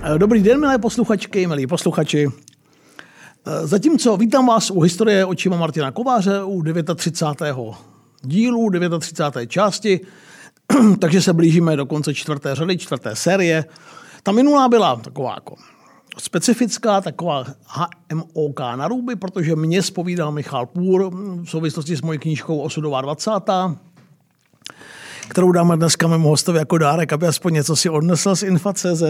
Dobrý den, milé posluchačky, milí posluchači. Zatímco vítám vás u Historie očima Martina Kováře u 39. dílu, 39. části, takže se blížíme do konce 4. řady, 4. série. Ta minulá byla taková jako specifická, taková HMOK na ruby, protože mě zpovídal Michal Půr v souvislosti s mojí knížkou Osudová 20., kterou dáme dneska mému hostovi jako dárek, aby aspoň něco si odnesl z Infa.cz.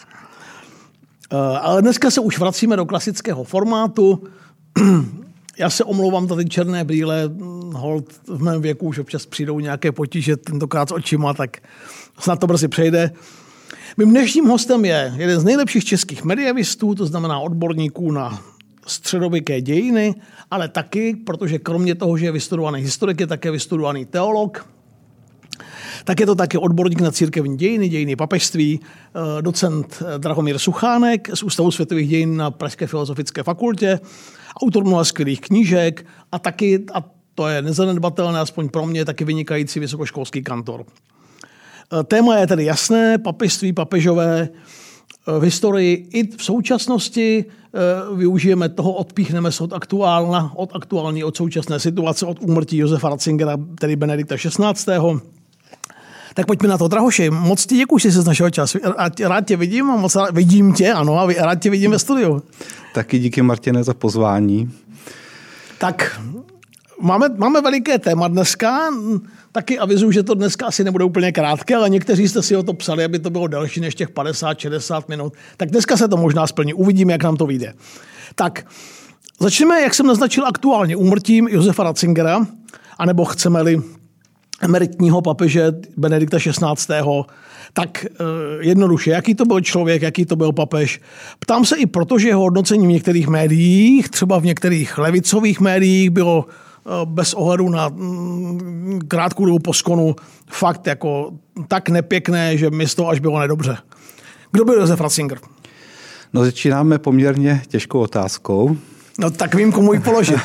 Ale dneska se už vracíme do klasického formátu. Já se omlouvám za ty černé brýle, hold v mém věku už občas přijdou nějaké potíže, tentokrát s očima, tak snad to brzy přejde. Mým dnešním hostem je jeden z nejlepších českých medievistů, to znamená odborníků na středověké dějiny, ale taky, protože kromě toho, že je vystudovaný historik, je také vystudovaný teolog. Tak je to také odborník na církevní dějiny, dějiny papežství, docent Drahomír Suchánek z Ústavu světových dějin na Pražské filozofické fakultě, autor mnoha skvělých knížek a taky, a to je nezanedbatelné, aspoň pro mě, taky vynikající vysokoškolský kantor. Téma je tedy jasné, papežství, papežové v historii i v současnosti využijeme toho, odpíchneme se od aktuální, od současné situace, od úmrtí Josefa Ratzingera, tedy Benedikta XVI. Tak pojďme na to, Drahoši. Moc ti děkuji, že jsi z našeho času. Rád tě vidím a vidím tě, ano, a rád tě vidím ve studiu. Taky díky, Martine, za pozvání. Tak, máme veliké téma dneska. Taky avizuju, že to dneska asi nebude úplně krátké, ale někteří jste si o to psali, aby to bylo delší než těch 50-60 minut. Tak dneska se to možná splní. Uvidíme, jak nám to vyjde. Tak, začneme, jak jsem naznačil, aktuálně úmrtím Josefa Ratzingera, anebo chceme-li emeritního papeže Benedikta XVI. Tak jednoduše, jaký to byl člověk, jaký to byl papež. Ptám se i proto, že jeho hodnocení v některých médiích, třeba v některých levicových médiích, bylo bez ohledu na krátkou dobu po skonu fakt jako tak nepěkné, že mi z toho až bylo nedobře. Kdo byl Josef Ratzinger? No, začínáme poměrně těžkou otázkou. No tak vím, komu ji položit.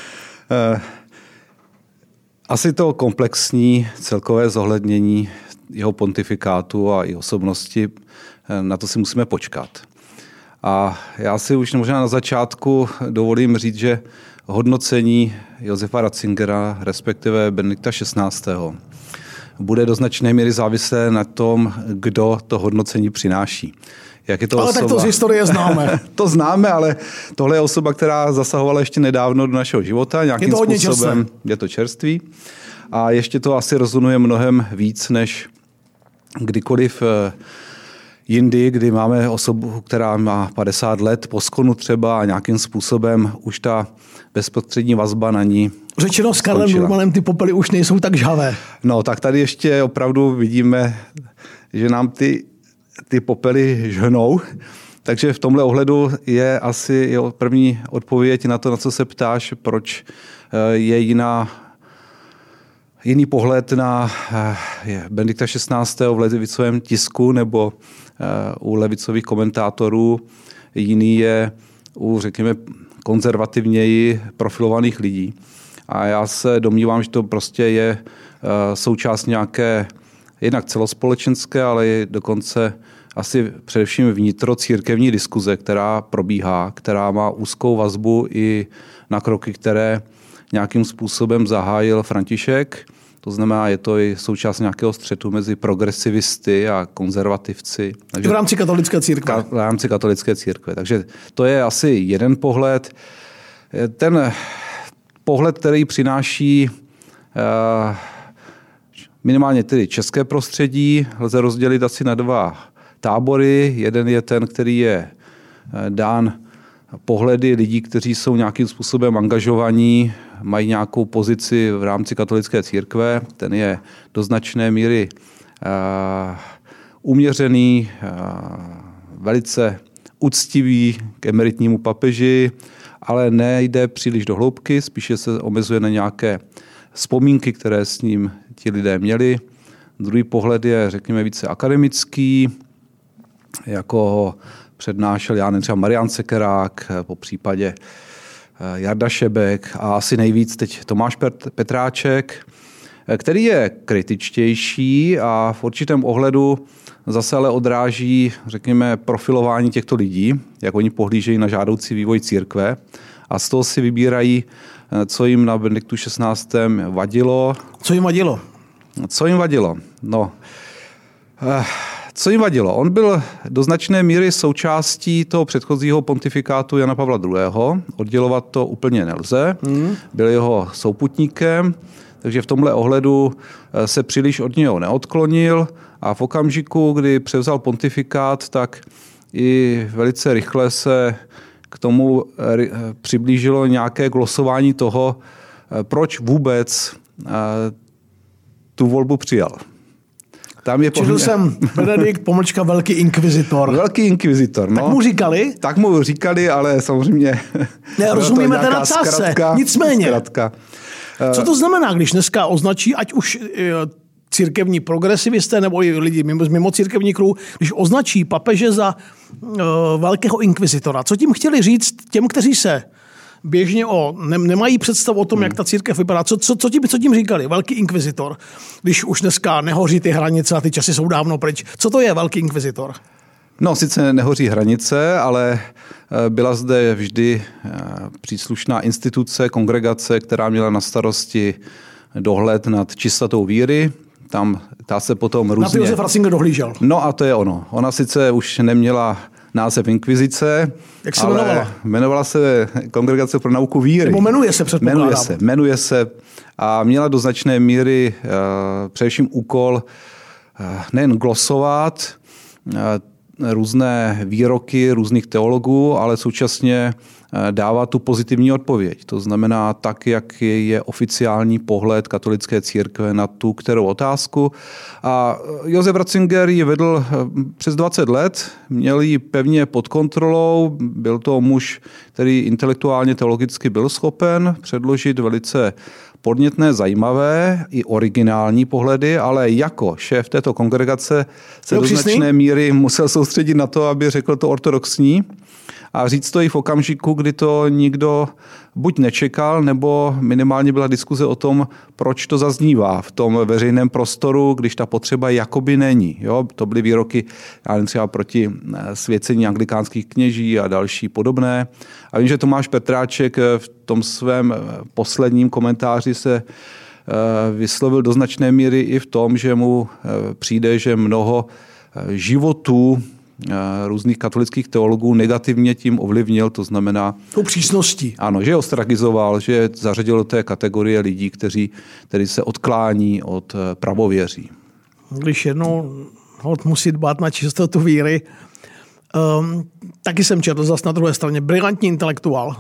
Asi to komplexní celkové zohlednění jeho pontifikátu a i osobnosti, na to si musíme počkat. A já si už možná na začátku dovolím říct, že hodnocení Josefa Ratzingera, respektive Benedikta XVI., bude do značné míry závislé na tom, kdo to hodnocení přináší. Jak je to ale osoba? Tak to z historie známe. To známe, ale tohle je osoba, která zasahovala ještě nedávno do našeho života. Nějakým způsobem je to čerstvý. A ještě to asi rezonuje mnohem víc, než kdykoliv jindy, kdy máme osobu, která má 50 let po skonu třeba a nějakým způsobem už ta bezprostřední vazba na ní řečeno s Karlem Nurmanem, ty popely už nejsou tak žhavé. No, tak tady ještě opravdu vidíme, že nám ty popely žhnou. Takže v tomhle ohledu je asi první odpověď na to, na co se ptáš, proč je jiný pohled na Benedikta XVI. V levicovém tisku nebo u levicových komentátorů. Jiný je u, řekněme, konzervativněji profilovaných lidí. A já se domnívám, že to prostě je součást nějaké jednak celospolečenské, ale i dokonce asi především vnitrocírkevní diskuze, která probíhá, která má úzkou vazbu i na kroky, které nějakým způsobem zahájil František. To znamená, je to i součást nějakého střetu mezi progresivisty a konzervativci. Takže v rámci katolické církve. V rámci katolické církve. Takže to je asi jeden pohled. Ten pohled, který přináší minimálně tedy české prostředí, lze rozdělit asi na dva tábory. Jeden je ten, který je dán pohledy lidí, kteří jsou nějakým způsobem angažovaní, mají nějakou pozici v rámci katolické církve. Ten je do značné míry uměřený, velice úctivý k emeritnímu papeži, ale nejde příliš do hloubky, spíše se omezuje na nějaké vzpomínky, které s ním ti lidé měli. Druhý pohled je, řekněme, více akademický, jako ho přednášel, já nevím, třeba Marián Sekerák, po případě Jarda Šebek a asi nejvíc teď Tomáš Petráček. který je kritičtější a v určitém ohledu zase ale odráží, řekněme, profilování těchto lidí, jak oni pohlížejí na žádoucí vývoj církve a z toho si vybírají, co jim na Benediktu XVI. Vadilo. Co jim vadilo? Co jim vadilo? No, co jim vadilo? On byl do značné míry součástí toho předchozího pontifikátu Jana Pavla II. Oddělovat to úplně nelze. Byl jeho souputníkem, takže v tomhle ohledu se příliš od něho neodklonil a v okamžiku, kdy převzal pontifikát, tak i velice rychle se k tomu přiblížilo nějaké glosování toho, proč vůbec tu volbu přijal. Četl jsem Benedikt _ velký inkvizitor. Velký inkvizitor, no. Tak mu říkali? Tak mu říkali, ale samozřejmě... Ne, rozumíme té nadsázce. Nicméně. Zkratka. Co to znamená, když dneska označí, ať už církevní progresivisté nebo i lidi mimo církevní kruh, když označí papeže za velkého inkvizitora? Co tím chtěli říct těm, kteří se běžně nemají představu o tom, jak ta církev vypadá? Co tím říkali? Velký inkvizitor. Když už dneska nehoří ty hranice a ty časy jsou dávno pryč. Co to je velký inkvizitor? No, sice nehoří hranice, ale byla zde vždy příslušná instituce, kongregace, která měla na starosti dohled nad čistotou víry. Ta se potom různě... Na to Josef Ratzinger dohlížel. No a to je ono. Ona sice už neměla název inkvizice, jak se jmenovala? Jmenovala se Kongregace pro nauku víry. Nebo jmenuje se, předpokládám. Jmenuje se a měla do značné míry především úkol nejen glosovat různé výroky různých teologů, ale současně dává tu pozitivní odpověď. To znamená tak, jak je oficiální pohled katolické církve na tu kterou otázku. A Josef Ratzinger ji vedl přes 20 let, měl ji pevně pod kontrolou, byl to muž, který intelektuálně teologicky byl schopen předložit velice podnětné, zajímavé i originální pohledy, ale jako šéf této kongregace se do značné míry musel soustředit na to, aby řekl to ortodoxní a říct to i v okamžiku, kdy to nikdo buď nečekal, nebo minimálně byla diskuze o tom, proč to zaznívá v tom veřejném prostoru, když ta potřeba jakoby není. Jo? To byly výroky třeba proti svěcení anglikánských kněží a další podobné. A vím, že Tomáš Petráček v tom svém posledním komentáři se vyslovil do značné míry i v tom, že mu přijde, že mnoho životů různých katolických teologů negativně tím ovlivnil, to znamená... Tou přísností. Ano, že je ostrakizoval, že zařadil do té kategorie lidí, kteří se odklání od pravověří. Když jednou musí dbát na čistotu víry, taky jsem četl zase na druhé straně brilantní intelektuál.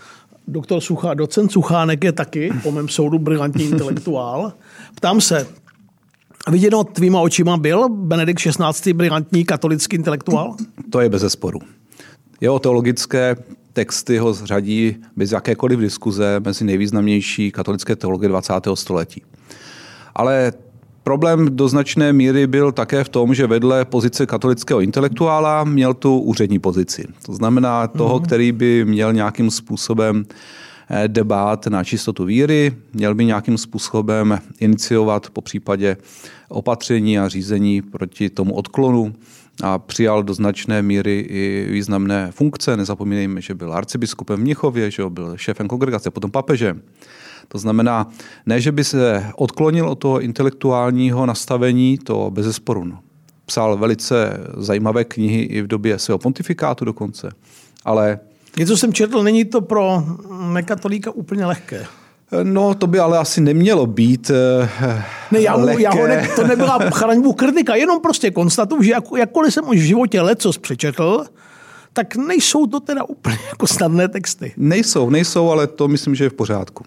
Docent Suchánek je taky, po mém soudu, brilantní intelektuál. Ptám se, viděno tvýma očima byl Benedikt XVI. Brilantní katolický intelektuál? To je bezesporu. Jeho teologické texty ho řadí bez jakékoliv diskuze mezi nejvýznamnější katolické teologie 20. století. Ale problém do značné míry byl také v tom, že vedle pozice katolického intelektuála měl tu úřední pozici. To znamená toho, který by měl nějakým způsobem debát na čistotu víry, měl by nějakým způsobem iniciovat po případě opatření a řízení proti tomu odklonu a přijal do značné míry i významné funkce. Nezapomínejme, že byl arcibiskupem v Mnichově, že byl šéfem kongregace, potom papežem. To znamená, ne, že by se odklonil od toho intelektuálního nastavení, to bezesporu. Psal velice zajímavé knihy i v době svého pontifikátu dokonce, ale... Něco jsem četl, není to pro nekatolíka úplně lehké. No, to by ale asi nemělo být lehké. To nebyla chraňbůh kritika, jenom prostě konstatuju, že jakkoliv jsem už v životě lecos přečetl, tak nejsou to teda úplně jako snadné texty. Nejsou, ale to myslím, že je v pořádku.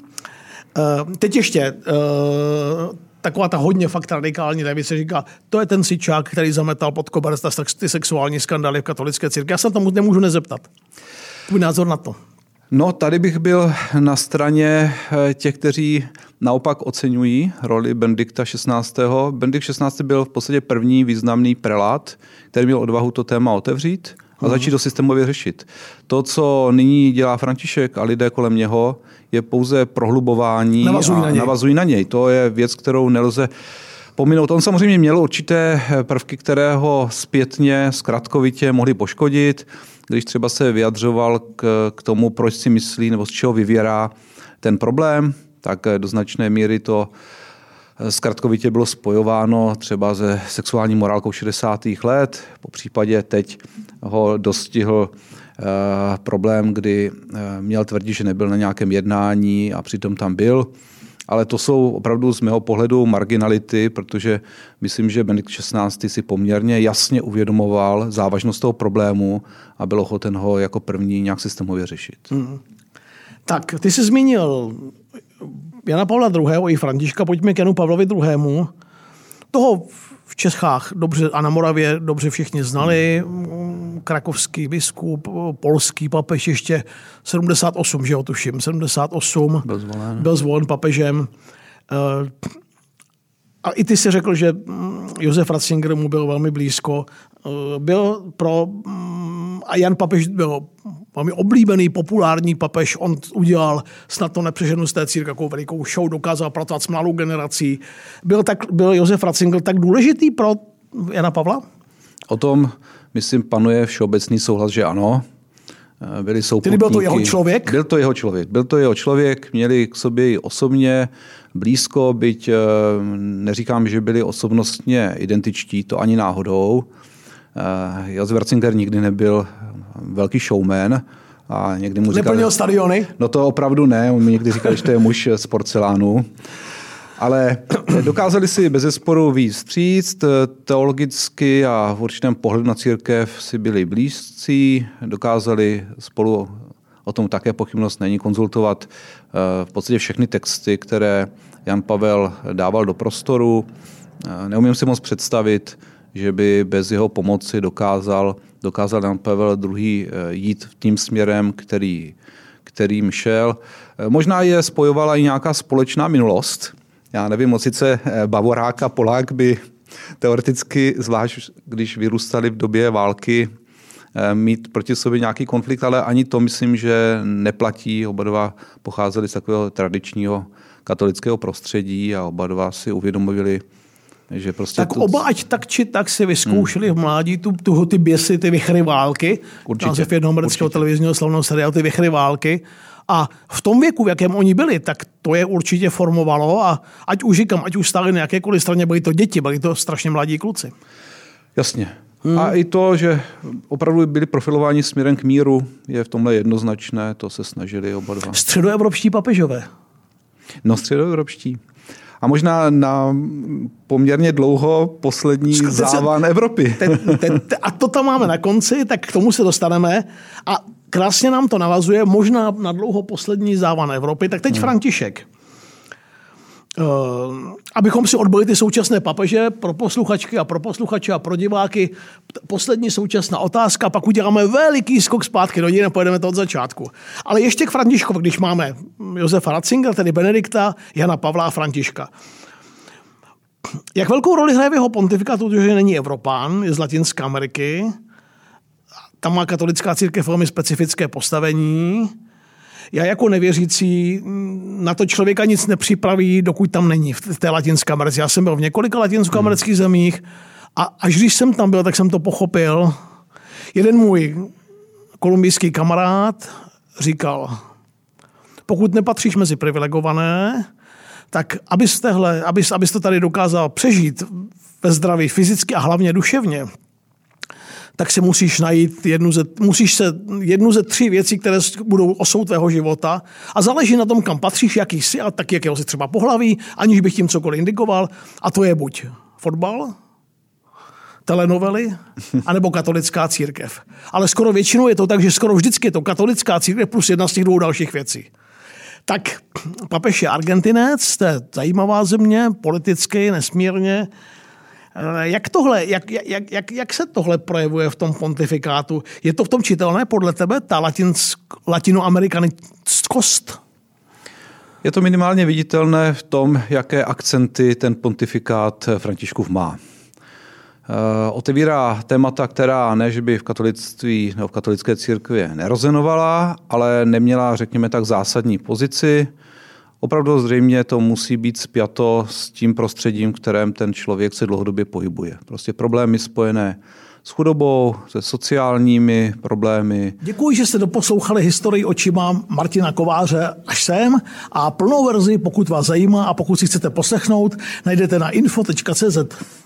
Teď ještě taková ta hodně fakt radikální věc se říká, to je ten sičák, který zametal pod koberec ty sexuální skandály v katolické církvi. Já se tomu nemůžu nezeptat. Tvůj názor na to? No, tady bych byl na straně těch, kteří naopak oceňují roli Benedikta XVI. Benedikt XVI. Byl v podstatě první významný prelát, který měl odvahu to téma otevřít a začít to systémově řešit. To, co nyní dělá František a lidé kolem něho, je pouze prohlubování a navazují na něj. To je věc, kterou nelze pominout. On samozřejmě měl určité prvky, které ho zpětně, zkratkovitě mohly poškodit, když třeba se vyjadřoval k tomu, proč si myslí nebo z čeho vyvěrá ten problém, tak do značné míry to zkratkovitě bylo spojováno třeba se sexuální morálkou 60. let. Po případě teď ho dostihl problém, kdy měl tvrdit, že nebyl na nějakém jednání a přitom tam byl. Ale to jsou opravdu z mého pohledu marginality, protože myslím, že Benedikt XVI. Si poměrně jasně uvědomoval závažnost toho problému a byl ochoten ho jako první nějak systémově řešit. Tak, ty jsi zmínil Jana Pavla II. I Františka, pojďme k Janu Pavlovi II. Toho v Čechách dobře a na Moravě dobře všichni znali. Krakovský biskup, polský papež ještě 78, že ho tuším, 78 byl zvolen papežem. A i ty si řekl, že Josef Ratzinger mu byl velmi blízko. A Jan Papež byl velmi oblíbený, populární papež. On udělal snad to nepřeženu z té církve jako velikou show, dokázal pracovat s mladou generací. Byl Josef Ratzinger tak důležitý pro Jana Pavla? O tom, myslím, panuje všeobecný souhlas, že ano. Byli souputníky. Tedy byl to jeho člověk? Byl to jeho člověk, měli k sobě i osobně blízko, byť neříkám, že byli osobnostně identičtí, to ani náhodou. Josef Ratzinger nikdy nebyl velký showman. A někdy mu říkali, neplnil stadiony? No to opravdu ne, on mi někdy říkal, že to je muž z porcelánu. Ale dokázali si bezesporu vyjít vstříc, teologicky a v určitém pohledu na církev si byli blízcí, dokázali spolu, o tom také pochybnost není, konzultovat v podstatě všechny texty, které Jan Pavel dával do prostoru. Neumím si moc představit, že by bez jeho pomoci dokázal Jan Pavel II. Jít tím směrem, kterým šel. Možná je spojovala i nějaká společná minulost. Já nevím, sice Bavorák a Polák by teoreticky, zvlášť když vyrůstali v době války, mít proti sobě nějaký konflikt, ale ani to myslím, že neplatí. Oba dva pocházeli z takového tradičního katolického prostředí a oba dva si uvědomovali, že prostě... Tak oba, ať tak či tak si vyzkoušeli v mládí ty běsy, ty vichry války. Název jednoho amerického televizního slavného seriálu, ty vichry války. A v tom věku, v jakém oni byli, tak to je určitě formovalo a ať už stáli na jakékoliv straně, byli to děti, byli to strašně mladí kluci. Jasně. A i to, že opravdu byli profilováni směrem k míru, je v tomhle jednoznačné, to se snažili oba dva. Středoevropští papežové. No, středoevropští. A možná na poměrně dlouho poslední závan Evropy. A to tam máme na konci, tak k tomu se dostaneme. A krásně nám to navazuje, možná na dlouho poslední závan Evropy. Tak teď František. Abychom si odbyli ty současné papeže pro posluchačky a pro posluchače a pro diváky. Poslední současná otázka, pak uděláme veliký skok zpátky do dějin a pojedeme to od začátku. Ale ještě k Františkovi, když máme Josefa Ratzingera, tedy Benedikta, Jana Pavla a Františka. Jak velkou roli hraje v jeho pontifikátu, že není Evropán, je z Latinské Ameriky. Tam má katolická církev velmi specifické postavení. Já jako nevěřící na to člověka nic nepřipraví, dokud tam není v té Latinské Americe. Já jsem byl v několika latinskoamerických zemích a až když jsem tam byl, tak jsem to pochopil. Jeden můj kolumbijský kamarád říkal, pokud nepatříš mezi privilegované, tak abys to tady dokázal přežít ve zdraví fyzicky a hlavně duševně, tak si musíš najít jednu ze 3 věcí, které budou osou tvého života a záleží na tom, kam patříš, jaký jsi a tak jakého jsi třeba pohlaví, aniž bych tím cokoliv indikoval. A to je buď fotbal, telenovely, anebo katolická církev. Ale skoro většinou je to tak, že skoro vždycky je to katolická církev plus jedna z těch 2 dalších věcí. Tak papež je Argentinec, to je zajímavá země, politicky nesmírně. Jak se tohle projevuje v tom pontifikátu? Je to v tom čitelné podle tebe, ta latinoamerikanskost? Je to minimálně viditelné v tom, jaké akcenty ten pontifikát Františkův má. Otevírá témata, která ne, že by v katolictví nebo v katolické církvi nerozenovala, ale neměla, řekněme tak, zásadní pozici. Opravdu zřejmě to musí být spjato s tím prostředím, v kterém ten člověk se dlouhodobě pohybuje. Prostě problémy spojené s chudobou, se sociálními problémy. Děkuji, že jste doposlouchali historii očima Martina Kováře až sem a plnou verzi, pokud vás zajímá a pokud si chcete poslechnout, najdete na info.cz.